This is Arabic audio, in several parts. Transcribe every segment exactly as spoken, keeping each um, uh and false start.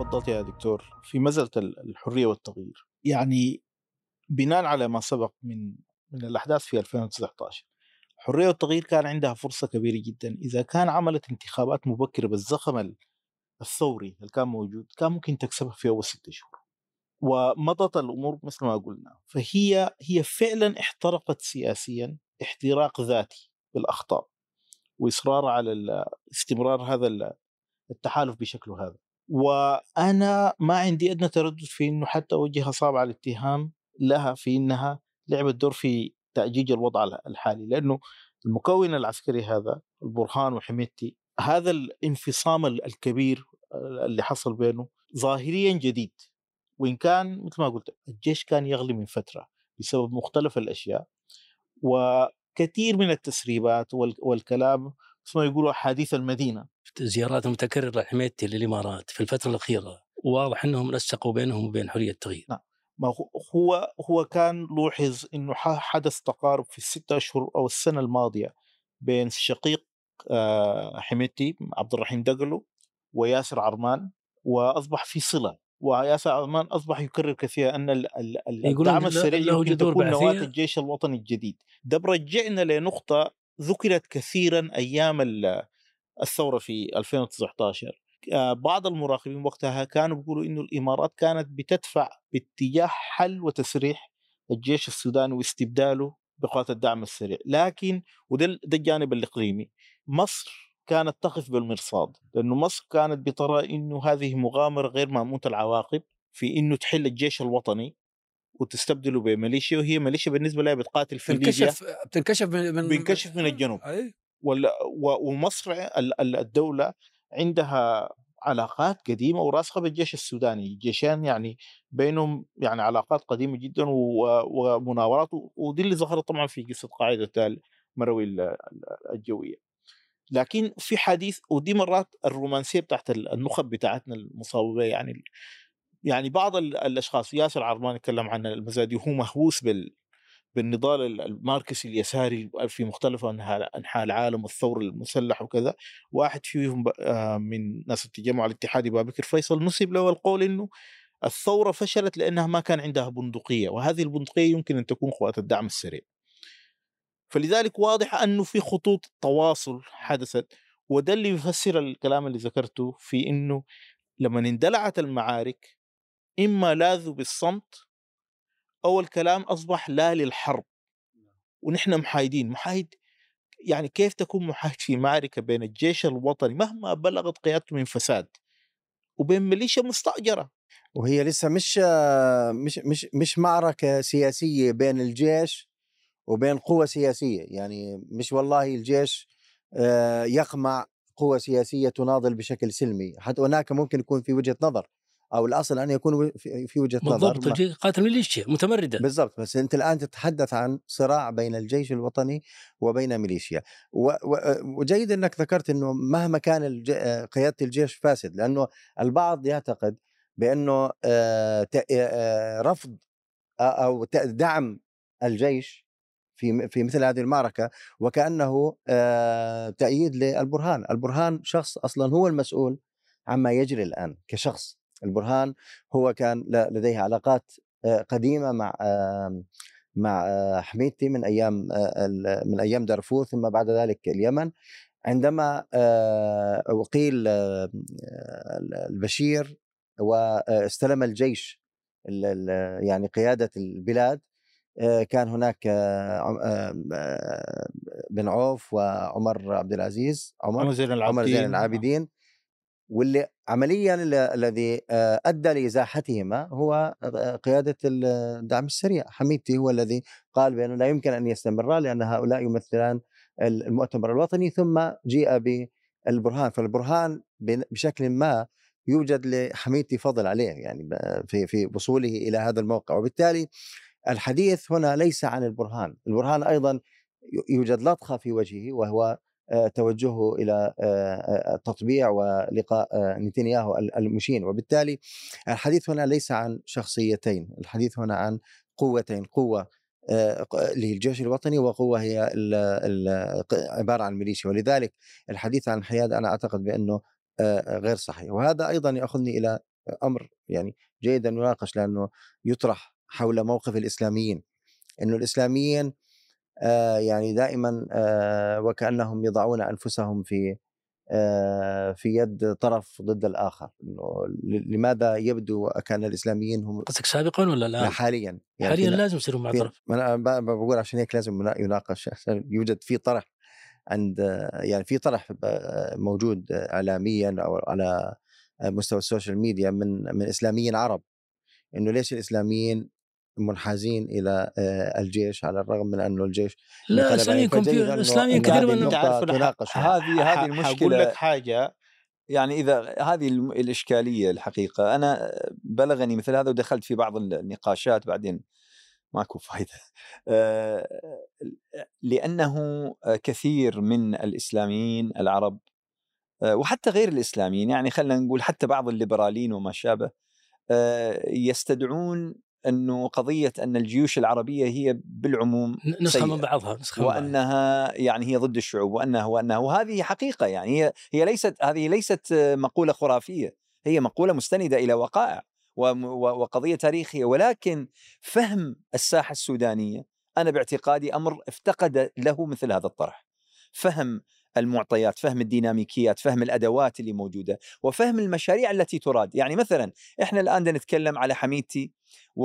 تفضلت يا دكتور في مسألة الحرية والتغيير، يعني بناء على ما سبق من من الأحداث في ألفين وتسعة عشر. الحرية والتغيير كان عندها فرصة كبيرة جدا إذا كان عملت انتخابات مبكرة بالزخم ال- الثوري اللي كان موجود، كان ممكن تكسبها في أول ست شهور، ومضت الأمور مثل ما قلنا. فهي هي فعلا احترقت سياسيا احتراق ذاتي بالأخطاء، وإصرار على ال- استمرار هذا ال- التحالف بشكله هذا. وأنا ما عندي أدنى تردد في أنه حتى أوجه أصابع الاتهام لها في أنها لعبت دور في تأجيج الوضع الحالي، لأنه المكون العسكري هذا البرهان وحميتي، هذا الانفصام الكبير اللي حصل بينه ظاهريا جديد، وإن كان مثل ما قلت الجيش كان يغلي من فترة بسبب مختلف الأشياء وكثير من التسريبات وال- والكلام، مثل ما يقولوا حديث المدينة. زيارات متكررة لحميتي للإمارات في الفترة الأخيرة، واضح أنهم نسقوا بينهم وبين حرية التغيير. نعم، ما هو هو هو كان لوحظ انه ح- حدث تقارب في الستة اشهر او السنه الماضيه بين شقيق آه، حميتي عبد الرحيم دقلو وياسر عرمان، واصبح في صله، وياسر عرمان اصبح يكرر كثيرا ان ال- ال- ال- يقولون الدعم له السريع له يمكن جذور تكون نواه بعثية. الجيش الوطني الجديد. ده برجعنا لنقطه ذكرت كثيرا ايام ال- الثوره في ألفين وتسعة عشر. آه، بعض المراقبين وقتها كانوا بيقولوا إنه الإمارات كانت بتدفع باتجاه حل وتسريح الجيش السوداني واستبداله بقوات الدعم السريع، لكن وده ال- ده الجانب الإقليمي. مصر كانت تقف بالمرصاد، لأنه مصر كانت بترى إنه هذه مغامرة غير مأمونة العواقب في إنه تحل الجيش الوطني وتستبدله بميليشيا، وهي ميليشيا بالنسبة لها بتقاتل في ليبيا، بتنكشف بتنكشف من من بينكشف من الجنوب. أي. وال- و- ومصر ال- ال- الدولة عندها علاقات قديمة وراسخة بالجيش السوداني، الجيشين يعني بينهم يعني علاقات قديمة جدا و- ومناورات، ودي اللي ظهرت طبعا في قصة قاعدة المروي ال- ال- الجوية. لكن في حديث، ودي مرات الرومانسية بتاعت النخب بتاعتنا المصابة، يعني يعني بعض ال- الأشخاص، ياسر عرمان يتكلم عن المزادي وهو مهووس بال بالنضال الماركسي اليساري في مختلف أنحاء أنحاء العالم والثور المسلح وكذا. واحد فيهم ب- آه، من ناس التجمع الاتحادي بابكر فيصل نسب له القول إنه الثورة فشلت لأنها ما كان عندها بندقية، وهذه البندقية يمكن أن تكون قوات الدعم السريع. فلذلك واضح أنه في خطوط تواصل حدثت، وده اللي يفسر الكلام اللي ذكرته في إنه لما اندلعت المعارك إما لاذوا بالصمت أو الكلام أصبح لا للحرب، ونحن محايدين. محايد يعني كيف تكون محايد في معركة بين الجيش الوطني مهما بلغت قيادته من فساد وبين ميليشيا مستأجرة؟ وهي لسه مش مش مش مش معركة سياسية بين الجيش وبين قوة سياسية، يعني مش والله الجيش آه، يقمع قوة سياسية تناضل بشكل سلمي، حتى هناك ممكن يكون في وجهة نظر، أو الأصل أن يكون في في وجهة نظر بالضبط، الجيش قاتل ميليشيا متمردة. بالضبط. بس أنت الآن تتحدث عن صراع بين الجيش الوطني وبين ميليشيا، و- و- وجيد أنك ذكرت أنه مهما كان الج... آه، قيادة الجيش فاسد، لأنه البعض يعتقد بأنه آه، ت- آه، رفض آه، أو ت- دعم الجيش في في مثل هذه المعركة وكأنه آه، تأييد للبرهان. البرهان شخص أصلا هو المسؤول عما يجري الآن كشخص. البرهان هو كان ل- لديه علاقات آه، قديمة مع آه، مع آه، حميدتي من أيام آه، ال- من أيام دارفور، ثم بعد ذلك اليمن، عندما آه، أقيل آه، البشير واستلم الجيش ال- ال- يعني قيادة البلاد. آه، كان هناك آه، عم- آه، آه، بن عوف وعمر عبد العزيز عمر عمر زين عمر زين العابدين. العابدين، واللي عمليا ال- الذي آه، أدى لإزاحتهما هو آه، قيادة الدعم السريع. حميدتي هو الذي قال بأنه لا يمكن أن يستمر لأن هؤلاء يمثلان المؤتمر الوطني، ثم جيء بالبرهان. فالبرهان بن- بشكل ما يوجد لحميدتي فضل عليه، يعني ب- في في وصوله إلى هذا الموقع. وبالتالي الحديث هنا ليس عن البرهان. البرهان أيضا يوجد لطخة في وجهه، وهو آه، توجهه إلى آه، آه، تطبيع ولقاء آه، نتنياهو المشين. وبالتالي الحديث هنا ليس عن شخصيتين، الحديث هنا عن قوتين، قوة آه، ق- للجيش الوطني، وقوة هي ال- ال- ق- عبارة عن ميليشيا. ولذلك الحديث عن الحياد أنا أعتقد بأنه آه، غير صحيح. وهذا أيضا يأخذني إلى أمر يعني جيد أن يناقش، لأنه يطرح حول موقف الإسلاميين، إنه الإسلاميين آه يعني دائما آه وكأنهم يضعون أنفسهم في آه في يد طرف ضد الآخر. إنه لماذا يبدو كأن الإسلاميين هم قصدك سابقا ولا لا الآن؟ حاليا يعني حاليا في لازم يصيروا مع في طرف. أنا ب- بقول عشان هيك لازم يناقش، عشان يوجد في طرح عند يعني في طرح موجود إعلاميا أو على مستوى السوشيال ميديا من من إسلاميين عرب، إنه ليش الإسلاميين منحازين إلى الجيش على الرغم من أنه الجيش لا انقلب الإسلاميين عليهم. يكون فجيد في أنه إسلاميين أنه كثير هذه منهم. انت عارف النقطة أنا ح- تناقش. ح- هذه ح- هذه حقول المشكلة. لك حاجة، يعني إذا هذه الم- الإشكالية الحقيقة، أنا بلغني مثل هذا ودخلت في بعض النقاشات بعدين ماكو فايدة. آه، لأنه كثير من الإسلاميين العرب آه، وحتى غير الإسلاميين، يعني خلينا نقول حتى بعض الليبراليين وما شابه، آه، يستدعون أنه قضية أن الجيوش العربية هي بالعموم نسخة من سيئة، بعضها، نسخة من بعضها. وأنها يعني هي ضد الشعوب، وأنها وأنها وهذه حقيقة. يعني هي هي ليست هذه ليست مقولة خرافية، هي مقولة مستندة إلى وقائع وم- و- وقضية تاريخية. ولكن فهم الساحة السودانية أنا باعتقادي أمر افتقد له مثل هذا الطرح. فهم المعطيات، فهم الديناميكيات، فهم الأدوات اللي موجودة، وفهم المشاريع التي تراد. يعني مثلا إحنا الآن نتكلم على حميدتي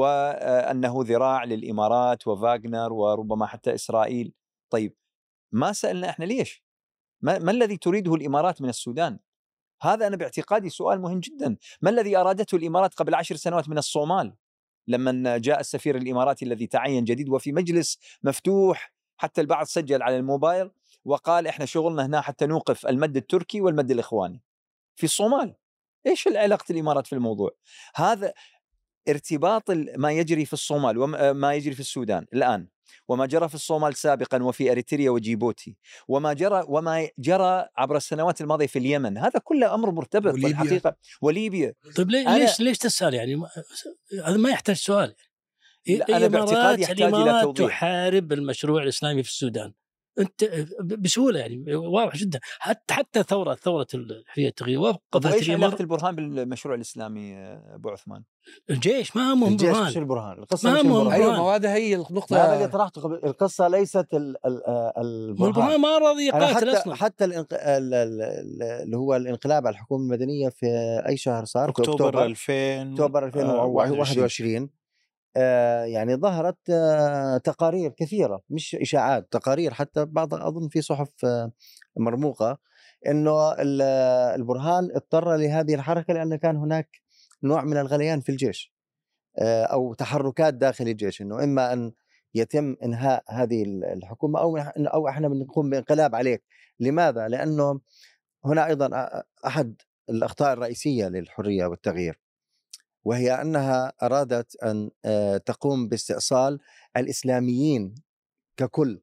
وأنه ذراع للإمارات وفاغنر وربما حتى إسرائيل. طيب ما سألنا إحنا ليش؟ ما, ما الذي تريده الإمارات من السودان؟ هذا أنا باعتقادي سؤال مهم جدا. ما الذي أرادته الإمارات قبل عشر سنوات من الصومال لما جاء السفير الإماراتي الذي تعين جديد وفي مجلس مفتوح، حتى البعض سجل على الموبايل وقال إحنا شغلنا هنا حتى نوقف المد التركي والمد الإخواني في الصومال. إيش علاقة الإمارات في الموضوع؟ هذا ارتباط ما يجري في الصومال وما يجري في السودان الآن، وما جرى في الصومال سابقا وفي أريتريا وجيبوتي، وما جرى وما جرى عبر السنوات الماضية في اليمن، هذا كله أمر مرتبط وليبيا. الحقيقة. وليبيا. طيب ليه أنا- ليش ليش تسأل يعني؟ ما- هذا ما يحتاج سؤال. لا، أنا باعتقادي يحتاج إلى الإمارات توضيح. تحارب المشروع الإسلامي في السودان انت بسهوله، يعني واضح جدا. حتى حتى ثوره ثوره الحريه التغيير وقفت ايش علاقه اليمر. البرهان بالمشروع الاسلامي ابو عثمان؟ الجيش ما همهم الجيش برهان. مش البرهان، القصة ما مش همهم البرهان. ايوه، برهان. ما هذا هي ما هذا النقطه. اللي طرحته قبل. القصة ليست ال- ال- البرهان. البرهان ما راضي أنا يقاتل حتى اصلا. حتى الانق... ال- ال- ال- اللي هو الانقلاب على الحكومة المدنية في أي شهر صار؟ في أكتوبر أكتوبر ألفين أكتوبر ألفين وواحد وعشرين. آه يعني ظهرت آه تقارير كثيرة، مش إشاعات، تقارير حتى بعض أظن في صحف آه مرموقة، إنه ال- البرهان اضطر لهذه الحركة لأن كان هناك نوع من الغليان في الجيش آه أو تحركات داخل الجيش، إنه إما أن يتم إنهاء هذه الحكومة أو أو إحنا بنقوم بانقلاب عليك. لماذا؟ لأنه هنا أيضا أحد الأخطاء الرئيسية للحرية والتغيير، وهي أنها أرادت أن تقوم باستئصال الإسلاميين ككل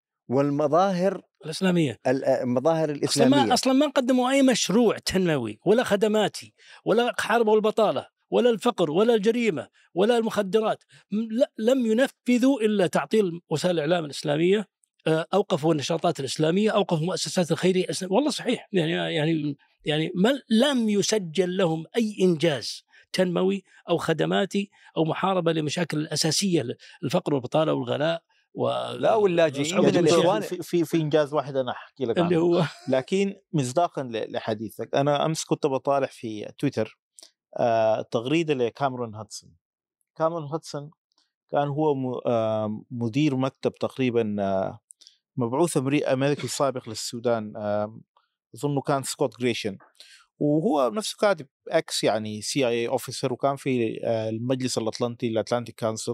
والمظاهر الإسلامية، المظاهر أصلا الإسلامية. ما أصلا ما قدموا أي مشروع تنموي ولا خدماتي ولا حاربوا البطالة ولا الفقر ولا الجريمة ولا المخدرات. لم ينفذوا إلا تعطيل وسائل الإعلام الإسلامية، أوقفوا النشاطات الإسلامية، أوقفوا مؤسسات الخيرية. والله صحيح يعني يعني يعني ما لم يسجل لهم أي إنجاز تنموي أو خدماتي أو محاربة لمشاكل الأساسية، الفقر والبطالة والغلاء و... لا واللاجئين من الإخوان. في, في في إنجاز واحد أنا أحكي لك اللي عنه، هو لكن مصداقا لحديثك أنا أمس كنت بطالع في تويتر آه تغريدة لكاميرون هاتسون. كاميرون هاتسون كان هو م... آه مدير مكتب تقريبا آه مبعوث أمريكي سابق للسودان، آه أظنه كان سكوت جريشن، وهو نفسه كاتب اكس يعني سي اي اوفيسر، وكان في المجلس الاطلنطي الاتلانتيك كونسل،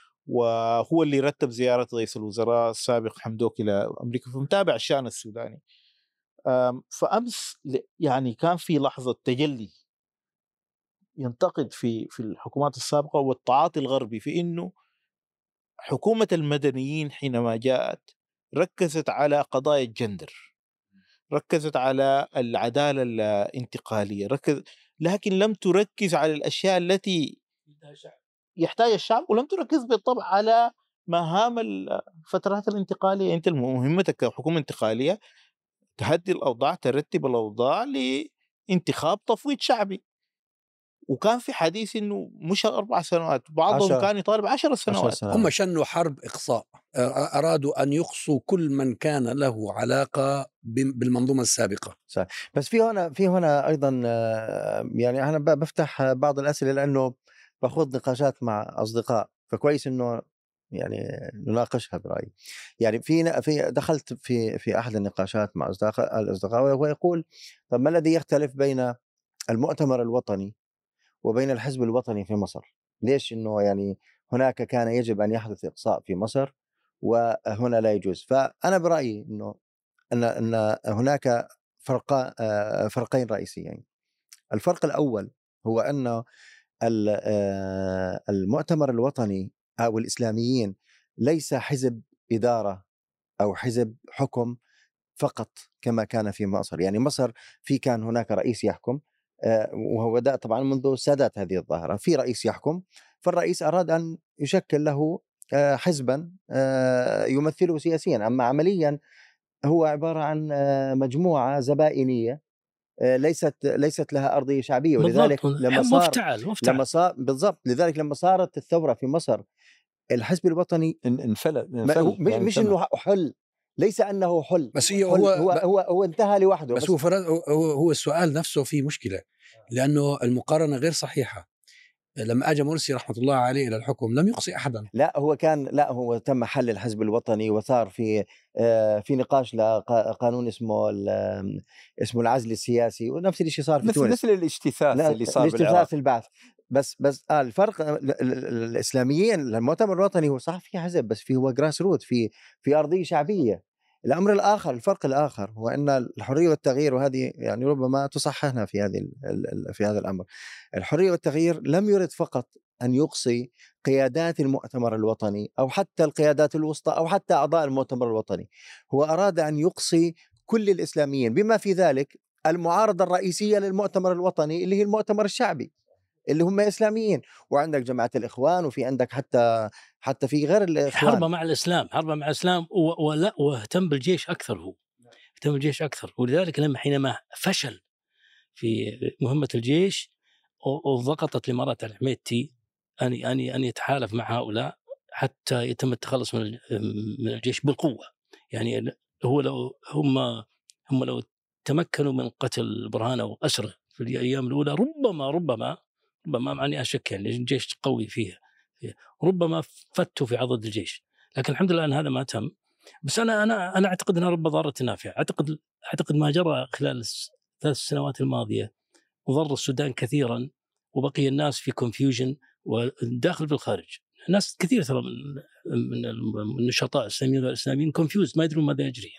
وهو اللي رتب زياره رئيس الوزراء السابق حمدوك الى امريكا، فمتابع الشان السوداني. فامس يعني كان في لحظه تجلي ينتقد في في الحكومات السابقه والتعاطي الغربي في انه حكومه المدنيين حينما جاءت ركزت على قضايا الجندر، ركزت على العدالة الانتقالية، ركز لكن لم تركز على الأشياء التي يحتاج الشعب، ولم تركز بالطبع على مهام الفترات الانتقالية. أنت مهمتك كحكومة انتقالية تهدي الأوضاع، ترتب الأوضاع لانتخاب تفويض شعبي، وكان في حديث إنه مش أربع سنوات، بعضهم عشرة. كان يطالب عشر عشر سنوات. سنوات. هم شنوا حرب إقصاء، أرادوا أن يقصوا كل من كان له علاقة بم- بالمنظومة السابقة. بس في هنا في هنا ايضا آه، يعني انا ب- بفتح بعض الاسئله لانه باخذ نقاشات مع اصدقاء، فكويس انه يعني نناقشها برايي. يعني في في دخلت في في احد النقاشات مع اصدقاء الاصدقاء وهو يقول طب ما الذي يختلف بين المؤتمر الوطني وبين الحزب الوطني في مصر؟ ليش انه يعني هناك كان يجب ان يحدث اقصاء في مصر وهنا لا يجوز؟ فانا برايي انه ان ان هناك فرق آه، فرقين رئيسيين. الفرق الأول هو أن ال- آه، المؤتمر الوطني أو الإسلاميين ليس حزب إدارة أو حزب حكم فقط كما كان في مصر. يعني مصر في كان هناك رئيس يحكم، آه، وهو بدأ طبعا منذ سادات هذه الظاهرة، في رئيس يحكم، فالرئيس أراد أن يشكل له آه، حزبا آه، يمثله سياسيا. أما عمليا هو عبارة عن آه، مجموعة زبائنية آه، ليست ليست لها أرضية شعبية. ولذلك بالضبط، لما صار مفتعل مفتعل لما صار بالضبط لذلك لما صارت الثورة في مصر الحزب الوطني ان- انفلت ما هو انفل يعني مش تمام. انه حل، ليس انه حل بس هي حل هو هو ب- هو هو انتهى لوحده. بس بس هو فرد هو هو السؤال نفسه فيه مشكلة، لأنه المقارنة غير صحيحة. لما أجى مرسي رحمة الله عليه إلى الحكم لم يقصي أحدا. لا هو كان لا هو تم حل الحزب الوطني وصار في آه، في نقاش لقانون اسمه ال- اسمه العزل السياسي، ونفس الشيء صار في مثل تونس. مثل الاجتثاث لا اللي صار بالعراق. الاجتثاث البعث. بس بس آه الفرق ال- ال- ال- الاسلاميين المؤتمر الوطني هو صح في حزب، بس في هو جراس روت، في في ارضيه شعبيه. الامر الاخر الفرق الاخر هو ان الحريه والتغيير، وهذه يعني ربما تصححنا في هذه ال- ال- في هذا الامر. الحريه والتغيير لم يرد فقط ان يقصي قيادات المؤتمر الوطني او حتى القيادات الوسطى او حتى اعضاء المؤتمر الوطني، هو اراد ان يقصي كل الاسلاميين بما في ذلك المعارضة الرئيسية للمؤتمر الوطني اللي هي المؤتمر الشعبي اللي هم إسلاميين. وعندك جماعة الإخوان، وفي عندك حتى حتى في غير الإخوان حربه مع الإسلام، حربه مع الإسلام و- ولا واهتم بالجيش أكثر، هو اهتم بالجيش أكثر. ولذلك لما حينما فشل في مهمة الجيش و- وضغطت الإمارات على الحميدتي أن أن أن يتحالف مع هؤلاء حتى يتم التخلص من ال- من الجيش بالقوة. يعني هو لو هم هم لو تمكنوا من قتل برهان أو أسره في الأيام الأولى ربما ربما ربما معني أشك يعني الجيش قوي فيها، ربما فتوا في عضد الجيش. لكن الحمد لله أن هذا ما تم. بس أنا أنا أنا أعتقد أنها رب ضارة نافعة. أعتقد أعتقد ما جرى خلال الثلاث سنوات الماضية وضر السودان كثيرا، وبقي الناس في كونفيوجن والداخل بالخارج. ناس كثير ترى من من النشطاء الاسلاميين والاسلاميين كونفيوز، ما يدرون ماذا يجري.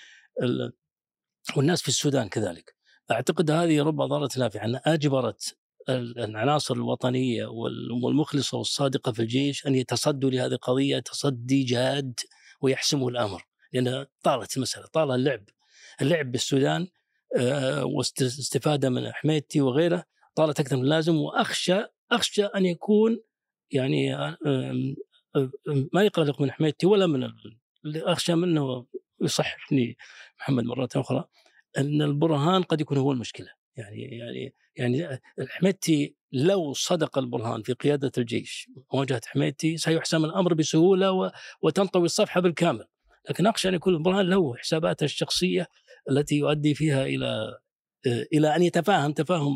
ال- والناس في السودان كذلك. اعتقد هذه رب ضارة نافعة، ان اجبرت ال- العناصر الوطنيه وال- والمخلصه والصادقه في الجيش ان يتصدوا لهذه القضيه تصدي جاد ويحسموا الامر، لان طالت المساله، طال اللعب اللعب بالسودان آه، واستفاده من حميدتي وغيره طالت اكثر من اللازم. واخشى اخشى ان يكون يعني آه، آم، آه، ما يقلق من حميدتي ولا من ال- اللي اخشى منه، يصححني محمد مرات اخرى، ان البرهان قد يكون هو المشكله. يعني يعني يعني حميدتي لو صدق البرهان في قياده الجيش مواجهه حميدتي سيحسم الامر بسهوله و- وتنطوي الصفحه بالكامل. لكن اخشى ان يكون البرهان له حساباته الشخصيه التي يؤدي فيها الى الى ان يتفاهم تفاهم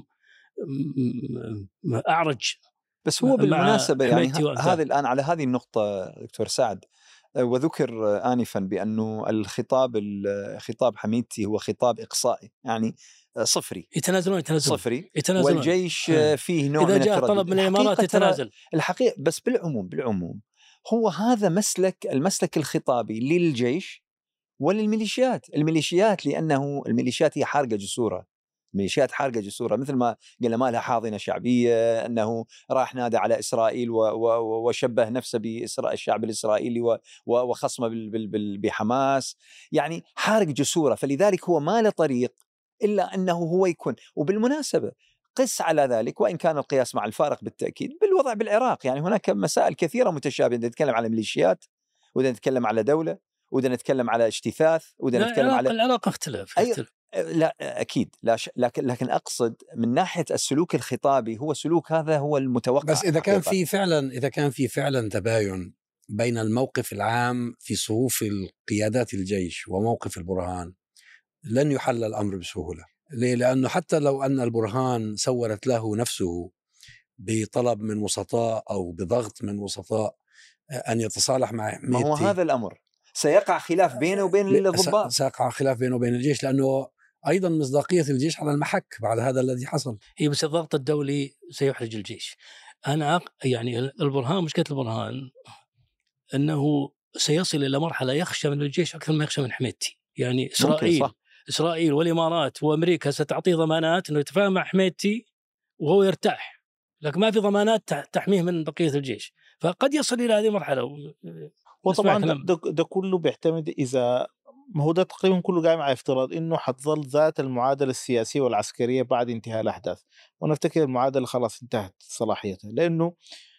م- م- اعرج. بس هو مع بالمناسبة يعني حميدتي ه- وأمثاله. هذه الآن على هذه النقطة دكتور سعد، آه، وذكر آه، آنفا بأنه الخطاب ال- خطاب حميدتي هو خطاب إقصائي، يعني آه، صفري يتنازلون يتنازلون صفري يتنازلون. والجيش آه. آه، فيه نوع اذا من جاء التردد. طلب من الامارات الحقيقة ترى- يتنازل. الحقيقة بس بالعموم بالعموم هو هذا مسلك المسلك الخطابي للجيش وللميليشيات. الميليشيات لأنه الميليشيات هي حارقة جسورها، ميليشيات حارقة جسورها، مثل ما قلنا ما لها حاضنة شعبية، أنه راح نادى على إسرائيل و و وشبه نفسه بالشعب الإسرائيلي و وخصمه بحماس، يعني حارق جسوره. فلذلك هو ما له طريق إلا أنه هو يكون. وبالمناسبة قس على ذلك، وإن كان القياس مع الفارق بالتأكيد، بالوضع بالعراق. يعني هناك مسائل كثيرة متشابهة، نتكلم على ميليشيات، وده نتكلم على دولة، وده نتكلم على اجتثاث، وده نتكلم العراق على العراق اختلف أي اختلف لا أكيد لا ش... لكن لكن أقصد من ناحية السلوك الخطابي هو سلوك هذا هو المتوقع. بس إذا كان حقيقة. في فعلا إذا كان في فعلا تباين بين الموقف العام في صفوف القيادات الجيش وموقف البرهان لن يحل الأمر بسهولة. ليه؟ لأنه حتى لو أن البرهان سولت له نفسه بطلب من وسطاء أو بضغط من وسطاء أن يتصالح مع حميدتي، ما هو هذا الأمر سيقع خلاف بينه وبين الضباط، سيقع خلاف بينه وبين الجيش، لأنه أيضا مصداقية الجيش على المحك بعد هذا الذي حصل. هي بس الضغط الدولي سيحرج الجيش. أنا يعني البرهان، مشكلة البرهان أنه سيصل إلى مرحلة يخشى من الجيش أكثر ما يخشى من حميدتي. يعني إسرائيل صح. إسرائيل والإمارات وأمريكا ستعطيه ضمانات أنه يتفاهم مع حميدتي وهو يرتاح، لكن ما في ضمانات تحميه من بقية الجيش، فقد يصل إلى هذه المرحلة. وطبعا ده, ده كله بيعتمد إذا ما هو ده تقريبا كله قايم على افتراض إنه حتظل ذات المعادلة السياسية والعسكرية بعد انتهاء الأحداث، ونفتكر المعادلة خلاص انتهت صلاحيتها، لأنه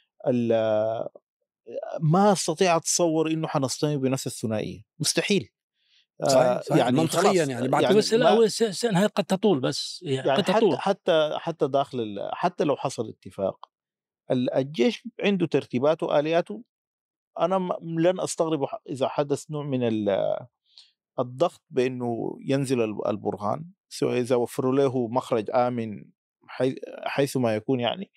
ما استطيع أتصور إنه حنصطدم بنفس الثنائية، مستحيل. صحيح صحيح. يعني منطقيا يعني بعد يعني بس لا سنة قد تطول، بس يعني, يعني قد حتى تطول. حتى حتى داخل حتى لو حصل اتفاق، الجيش عنده ترتيباته وآلياته. أنا لن أستغرب إذا حدث نوع من الضغط بأنه ينزل البرهان، سواء إذا وفروا له مخرج آمن حيث ما يكون يعني،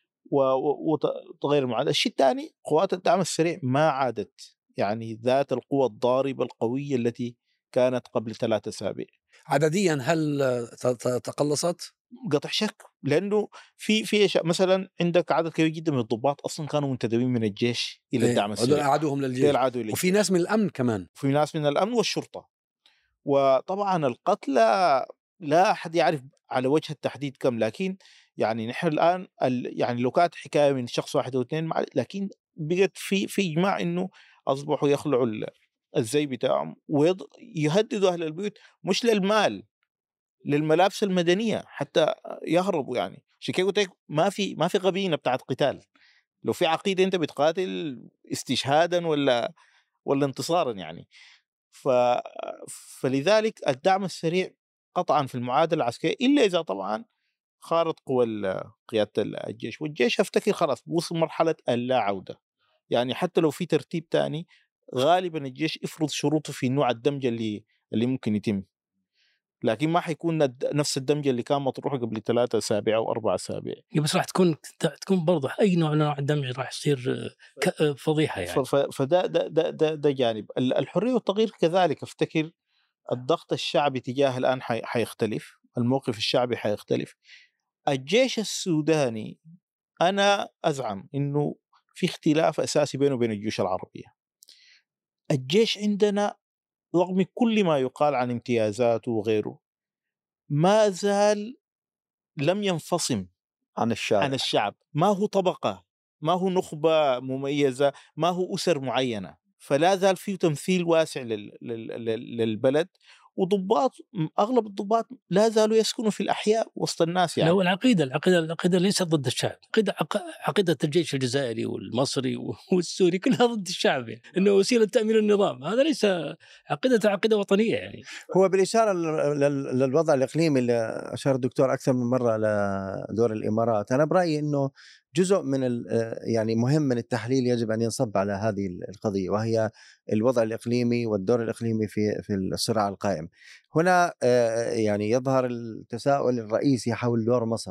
وتغير المعادلة. الشيء الثاني، قوات الدعم السريع ما عادت يعني ذات القوة الضاربة القوية التي كانت قبل ثلاثة أسابيع. عدديا هل تقلصت؟ قطع شك، لأنه في في أشياء مثلا عندك عدد كبير جدا من الضباط أصلا كانوا منتدبين من الجيش إلى الدعم السريع، أعادوهم للجيش، وفي ناس من الأمن كمان، وفي ناس من الأمن والشرطة. وطبعا القتلى لا أحد يعرف على وجه التحديد كم، لكن يعني نحن الآن يعني لو كانت حكاية من شخص واحد أو اثنين، لكن بقت في في إجماع إنه أصبحوا يخلعوا الزي بتاعهم ويهددوا أهل البيوت، مش للمال، للملابس المدنية حتى يهربوا. يعني عشان كده قلت لك ما في ما في قبيلة بتاعت قتال. لو في عقيدة أنت بتقاتل استشهادا ولا ولا انتصارا يعني. ف... فلذلك الدعم السريع قطعا في المعادلة العسكرية، إلا إذا طبعا خارط قوى قيادة الجيش، والجيش أفتكر خلاص وصل مرحلة اللا عودة. يعني حتى لو في ترتيب تاني، غالبا الجيش يفرض شروطه في نوع الدمج اللي اللي ممكن يتم، لكن ما حيكون نفس الدمج اللي كان مطروح قبل ثلاثة أسابيع أو أربع أسابيع. بس راح تكون تكون برضه أي نوع من أنواع الدمج راح يصير فضيحة يعني. فده ده ده ده, ده جانب. الحرية والتغيير كذلك أفتكر الضغط الشعبي تجاه الآن حيختلف، الموقف الشعبي حيختلف. الجيش السوداني أنا أزعم إنه في اختلاف أساسي بينه وبين الجيوش العربية. الجيش عندنا رغم كل ما يقال عن امتيازاته وغيره ما زال لم ينفصم عن الشعب. عن الشعب. ما هو طبقة، ما هو نخبة مميزة، ما هو أسر معينة، فلا زال فيه تمثيل واسع لل... لل... للبلد. وضباط، أغلب الضباط لا زالوا يسكنوا في الأحياء وسط الناس. يعني لو العقيدة العقيدة العقيدة ليست ضد الشعب، عقيدة عقيدة الجيش الجزائري والمصري والسوري كلها ضد الشعب، يعني إنه وسيلة تأمين النظام. هذا ليس عقيدة عقيدة وطنية. يعني هو بالإشارة للوضع الإقليمي اللي أشار الدكتور أكثر من مرة لدور الإمارات، أنا برأيي إنه جزء من يعني مهم من التحليل يجب أن ينصب على هذه القضية، وهي الوضع الإقليمي والدور الإقليمي في في الصراع القائم. هنا يعني يظهر التساؤل الرئيسي حول دور مصر.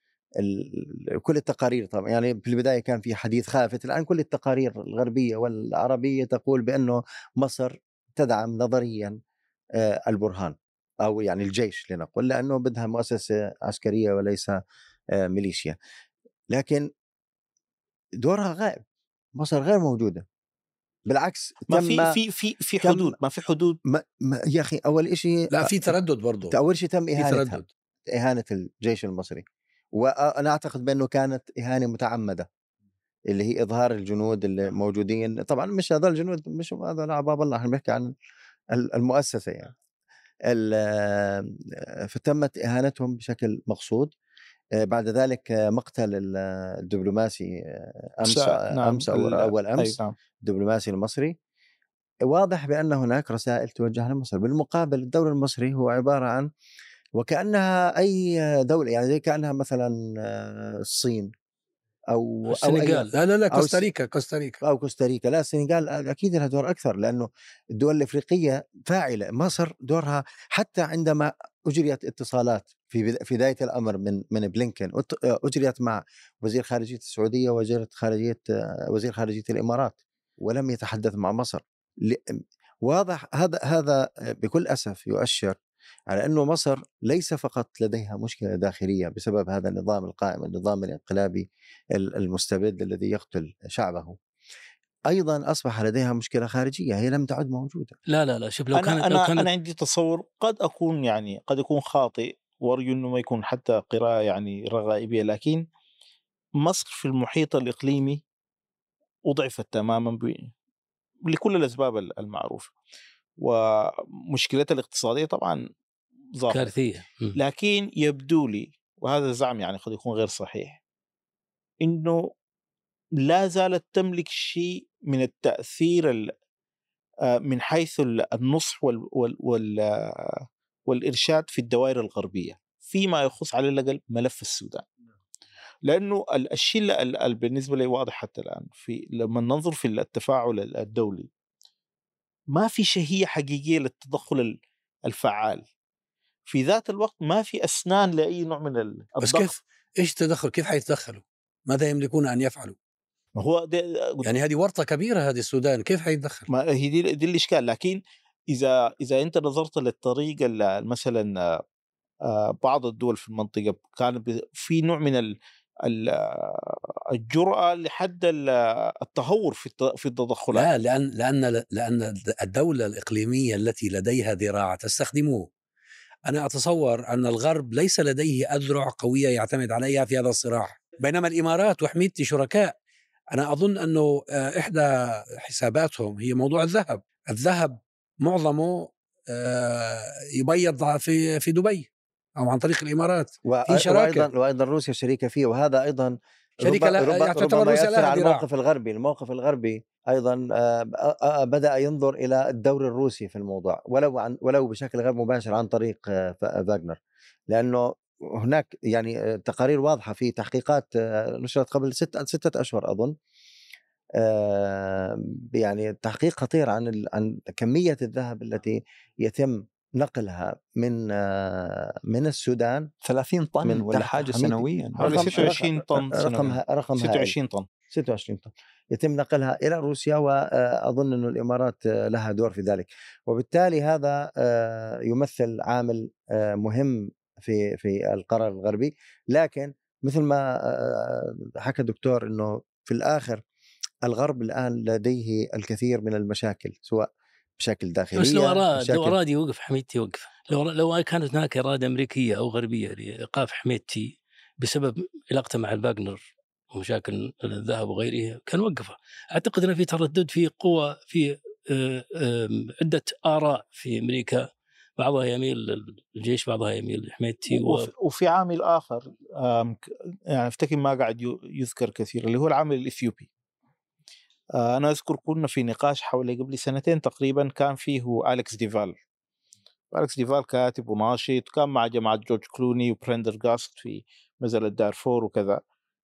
كل التقارير طبعا يعني في البداية كان في حديث خافت، الآن كل التقارير الغربية والعربية تقول بأنه مصر تدعم نظريا البرهان أو يعني الجيش لنقول، لأنه بدها مؤسسة عسكرية وليس ميليشيا، لكن دورها غائب. مصر غير موجودة، بالعكس ما في في في في حدود ما في حدود ما ما يا أخي أول إشي لا في تردد برضو. أول شيء تم إهانتها، إهانة الجيش المصري، وأنا أعتقد بأنه كانت إهانة متعمدة، اللي هي إظهار الجنود اللي موجودين. طبعا مش هذول الجنود، مش هذول عباب الله، احنا بنحكي عن المؤسسة يعني. فتمت إهانتهم بشكل مقصود. بعد ذلك مقتل الدبلوماسي أمس نعم. أمس أو أول أمس نعم. الدبلوماسي المصري. واضح بأن هناك رسائل توجه لمصر. بالمقابل الدور المصري هو عبارة عن وكأنها أي دولة، يعني زي كأنها مثلا الصين أو أو أي السنغال. لا لا لا أو الس- كوستاريكا كوستاريكا أو كوستاريكا. لا، السنغال أكيد لها دور أكثر، لأنه الدول الأفريقية فاعلة. مصر دورها حتى عندما أجريت اتصالات في بدا- في بداية الأمر من من بلينكن، أت- أجريت مع وزير خارجية السعودية ووزير خارجية وزير خارجية الإمارات، ولم يتحدث مع مصر. ل- واضح هذا هذا بكل أسف يؤشر على أنه مصر ليس فقط لديها مشكلة داخلية بسبب هذا النظام القائم، النظام الانقلابي المستبد الذي يقتل شعبه، أيضا أصبح لديها مشكلة خارجية هي لم تعد موجودة. لا لا لا شوف، لو انا كانت لو انا كانت انا عندي تصور قد اكون يعني قد يكون خاطئ، وارجو انه ما يكون حتى قراءه يعني رغائبيه، لكن مصر في المحيط الاقليمي اضعفت تماما ب... لكل الاسباب المعروفه، ومشكلتها الاقتصاديه طبعا ظاهره، كارثيه. م. لكن يبدو لي، وهذا زعم يعني قد يكون غير صحيح، انه لا زالت تملك شيء من التاثير ال- آه، من حيث ال- النصح وال وال وال آه، والارشاد في الدوائر الغربيه فيما يخص على الاقل ملف السودان. لانه ال- الشيء ال- ال- ال- بالنسبه لي واضح حتى الان، في لما ننظر في التفاعل ال- الدولي ما في شهيه حقيقيه للتدخل ال- الفعال. في ذات الوقت ما في اسنان لاي نوع من ال- بس الضغط. كيف ايش تدخل؟ كيف حيتدخلوا؟ ماذا يملكون ان يفعلوا؟ ما هو ده يعني هذه ورطه كبيره، هذه السودان كيف حيتدخل؟ ما هي دي, دي الاشكال. لكن اذا اذا انت نظرت للطريقه اللي مثلا آه، بعض الدول في المنطقه كان ب- في نوع من ال- ال- آه، الجرأة لحد ال- التهور في الت- في التدخلات. لا، لان لان لان الدوله الاقليميه التي لديها ذراع تستخدمه. انا اتصور ان الغرب ليس لديه اذرع قويه يعتمد عليها في هذا الصراع، بينما الامارات وحميدتي شركاء. أنا أظن أنه آه، إحدى حساباتهم هي موضوع الذهب. الذهب معظمه آه، يبيض في في دبي أو عن طريق الإمارات. و- في شراكة وأيضا وأيضا روسيا شريكة فيه، وهذا أيضا شركة رب لا رب يعني تعتبر ربما روسيا يأثر لها على ذراع. الموقف الغربي. الموقف الغربي أيضا آه، آه، آه، بدأ ينظر إلى الدور الروسي في الموضوع، ولو عن ولو بشكل غير مباشر عن طريق آه، ف- فاغنر، لأنه هناك يعني آه، تقارير واضحة في تحقيقات آه، نشرت قبل ستة ستة أشهر أظن، آه، يعني تحقيق خطير عن ال- عن كمية الذهب التي يتم نقلها من آه، من السودان ثلاثين طن من ولا تحت حاجه حميد سنويا. حوالي رقم ستة وعشرين طن رقم سنويا. رقم ستة هائل. وعشرين طن. ستة وعشرين طن يتم نقلها إلى روسيا، وأظن أن الإمارات آه، لها دور في ذلك، وبالتالي هذا آه، يمثل عامل آه، مهم في في القرار الغربي. لكن مثل ما آه، حكى الدكتور أنه في الآخر الغرب الآن لديه الكثير من المشاكل، سواء مشاكل داخلية بس لو أراد مشاكل لو أراد يوقف حميدتي يوقف. لو لو كانت هناك إرادة أمريكية أو غربية لإيقاف حميدتي بسبب علاقته مع الباغنر ومشاكل الذهب وغيره كان وقفه. أعتقد أن في تردد في قوة في آه، آه، عدة آراء في أمريكا، بعضها يميل للجيش بعضها يميل لحميدتي. و... وفي, وفي عامل آخر آم، ك- يعني افتكر ما قاعد يو- يذكر كثير، اللي هو العامل الإثيوبي. آه، أنا أذكر كنا في نقاش حوالي قبل سنتين تقريبا، كان فيه أليكس ديفال. أليكس ديفال كاتب وناشط، كان مع جماعة جورج كلوني وبرندر غاست في مزلة دارفور وكذا.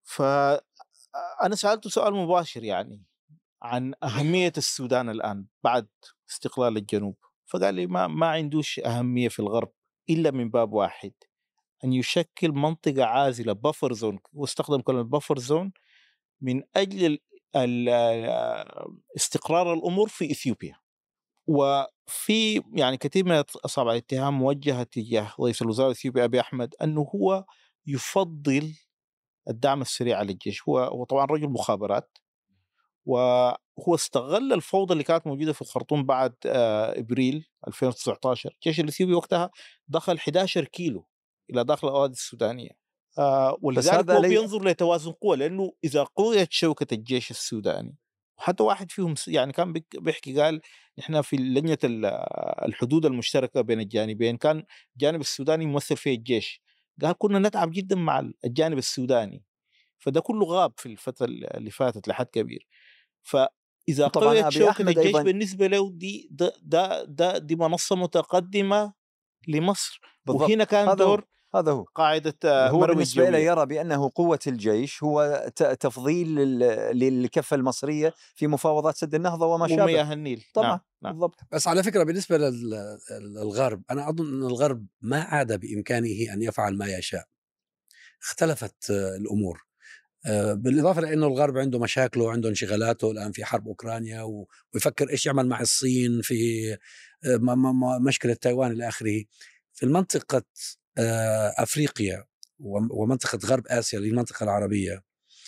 فأنا سألته سؤال مباشر يعني عن أهمية السودان الآن بعد استقلال الجنوب، فقال لي ما ما عندوش أهمية في الغرب إلا من باب واحد، أن يشكل منطقة عازلة بفر زون، واستخدم كلمة بفر زون، من أجل ال- ال- استقرار الأمور في إثيوبيا. وفي يعني كثير من أصابع الاتهام موجهة تجاه رئيس الوزراء الإثيوبي أبي أحمد أنه هو يفضل الدعم السريع للجيش. هو هو طبعا رجل مخابرات، وهو استغل الفوضى اللي كانت موجودة في الخرطوم بعد آه، إبريل ألفين وتسعة عشر. الجيش الإثيوبي وقتها دخل أحد عشر كيلو إلى داخل الأراضي السودانية. آه، ولذلك هذا هو لي- بينظر لتوازن قوة، لأنه إذا قويت شوكة الجيش السوداني، وحتى واحد فيهم س- يعني كان بيك- بيحكي قال نحن في لجنة ال- الحدود المشتركة بين الجانبين كان الجانب السوداني يمثل فيه الجيش، قال كنا نتعب جدا مع الجانب السوداني، فده كله غاب في الفترة اللي فاتت لحد كبير. ف إذا طبعاً قويت أبي شوكة أحمد الجيش أيضاً. بالنسبة له دي ده ده ده دي منصة متقدمة لمصر، بالضبط. وهنا كان هذا هو دور هذا هو قاعدة آه، هو مروي بالنسبة له الجوية. يرى بأنه قوة الجيش هو ت- تفضيل لل- للكفة المصرية في مفاوضات سد النهضة وما شابه. ومياه النيل. طبعا نعم. نعم. بالضبط. بس على فكرة بالنسبة لل- للغرب، أنا أظن أن الغرب ما عاد بإمكانه أن يفعل ما يشاء. اختلفت آه، الأمور، آه، بالإضافة لأنه الغرب عنده مشاكله وعنده انشغالاته الآن في حرب أوكرانيا، و- ويفكر إيش يعمل مع الصين في آه، م- م- م- مشكلة تايوان إلى آخره. في المنطقة آه، أفريقيا وم- ومنطقة غرب آسيا للمنطقة العربية،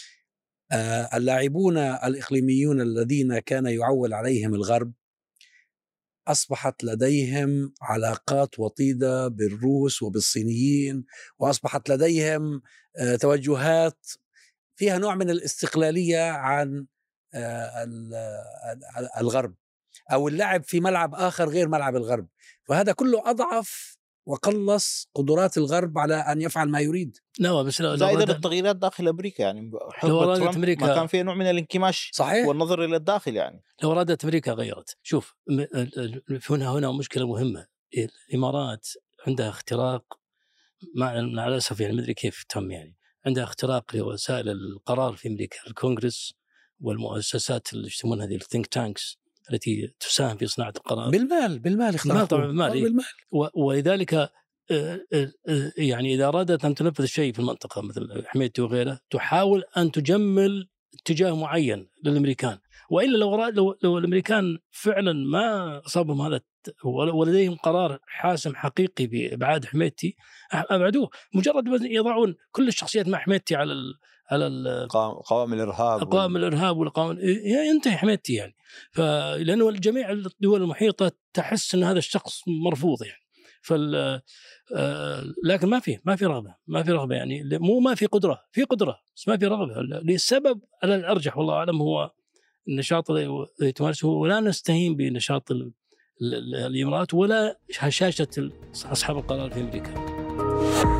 آه، اللاعبون الإقليميون الذين كان يعول عليهم الغرب أصبحت لديهم علاقات وطيدة بالروس وبالصينيين، وأصبحت لديهم آه، توجهات فيها نوع من الاستقلالية عن آه، ال- ال- الغرب، أو اللعب في ملعب آخر غير ملعب الغرب. فهذا كله أضعف وقلص قدرات الغرب على أن يفعل ما يريد. لا بس لو لو زائد راد- التغييرات داخل أمريكا، يعني لو حكم أرادت ترامب ما أمريكا كان فيه نوع من الانكماش صحيح. والنظر إلى الداخل. يعني لو أرادت أمريكا غيرت. شوف م- ال- ال- هنا هنا مشكلة مهمة. الإمارات عندها اختراق، مع مع الأسف يعني ما أدري كيف تم، يعني عندها اختراق لوسائل القرار في أمريكا، الكونغرس والمؤسسات اللي يسمونها هذه الثينك تانكس التي تساهم في صناعة القرار. بالمال بالمال اخترقوه. طبعا بالمال، إيه. بالمال. و- ولذلك آه، آه، آه، يعني إذا أرادت أن تنفذ شيء في المنطقة مثل حميتي وغيره، تحاول أن تجمل اتجاه معين للأمريكان. وإلا لو رأى لو, لو الأمريكان فعلا ما أصابهم هذا الت- ول- ولديهم قرار حاسم حقيقي بإبعاد حميتي، أبعدوه. مجرد بس يضعون كل الشخصيات مع حميتي على ال على ال قوام- قوام الإرهاب قوام وال- الإرهاب والقوام ينتهي حميتي يعني. فلأنه جميع الدول المحيطة تحس أن هذا الشخص مرفوض يعني. فال آه، لكن ما في ما في رغبة ما في رغبة يعني، مو ما في قدرة، في قدرة بس ما في رغبة، لسبب على الأرجح والله أعلم هو النشاط الذي تمارسه. ولا نستهين بنشاط ال- ال- الإمارات ولا هشاشة أصحاب القرار في أمريكا.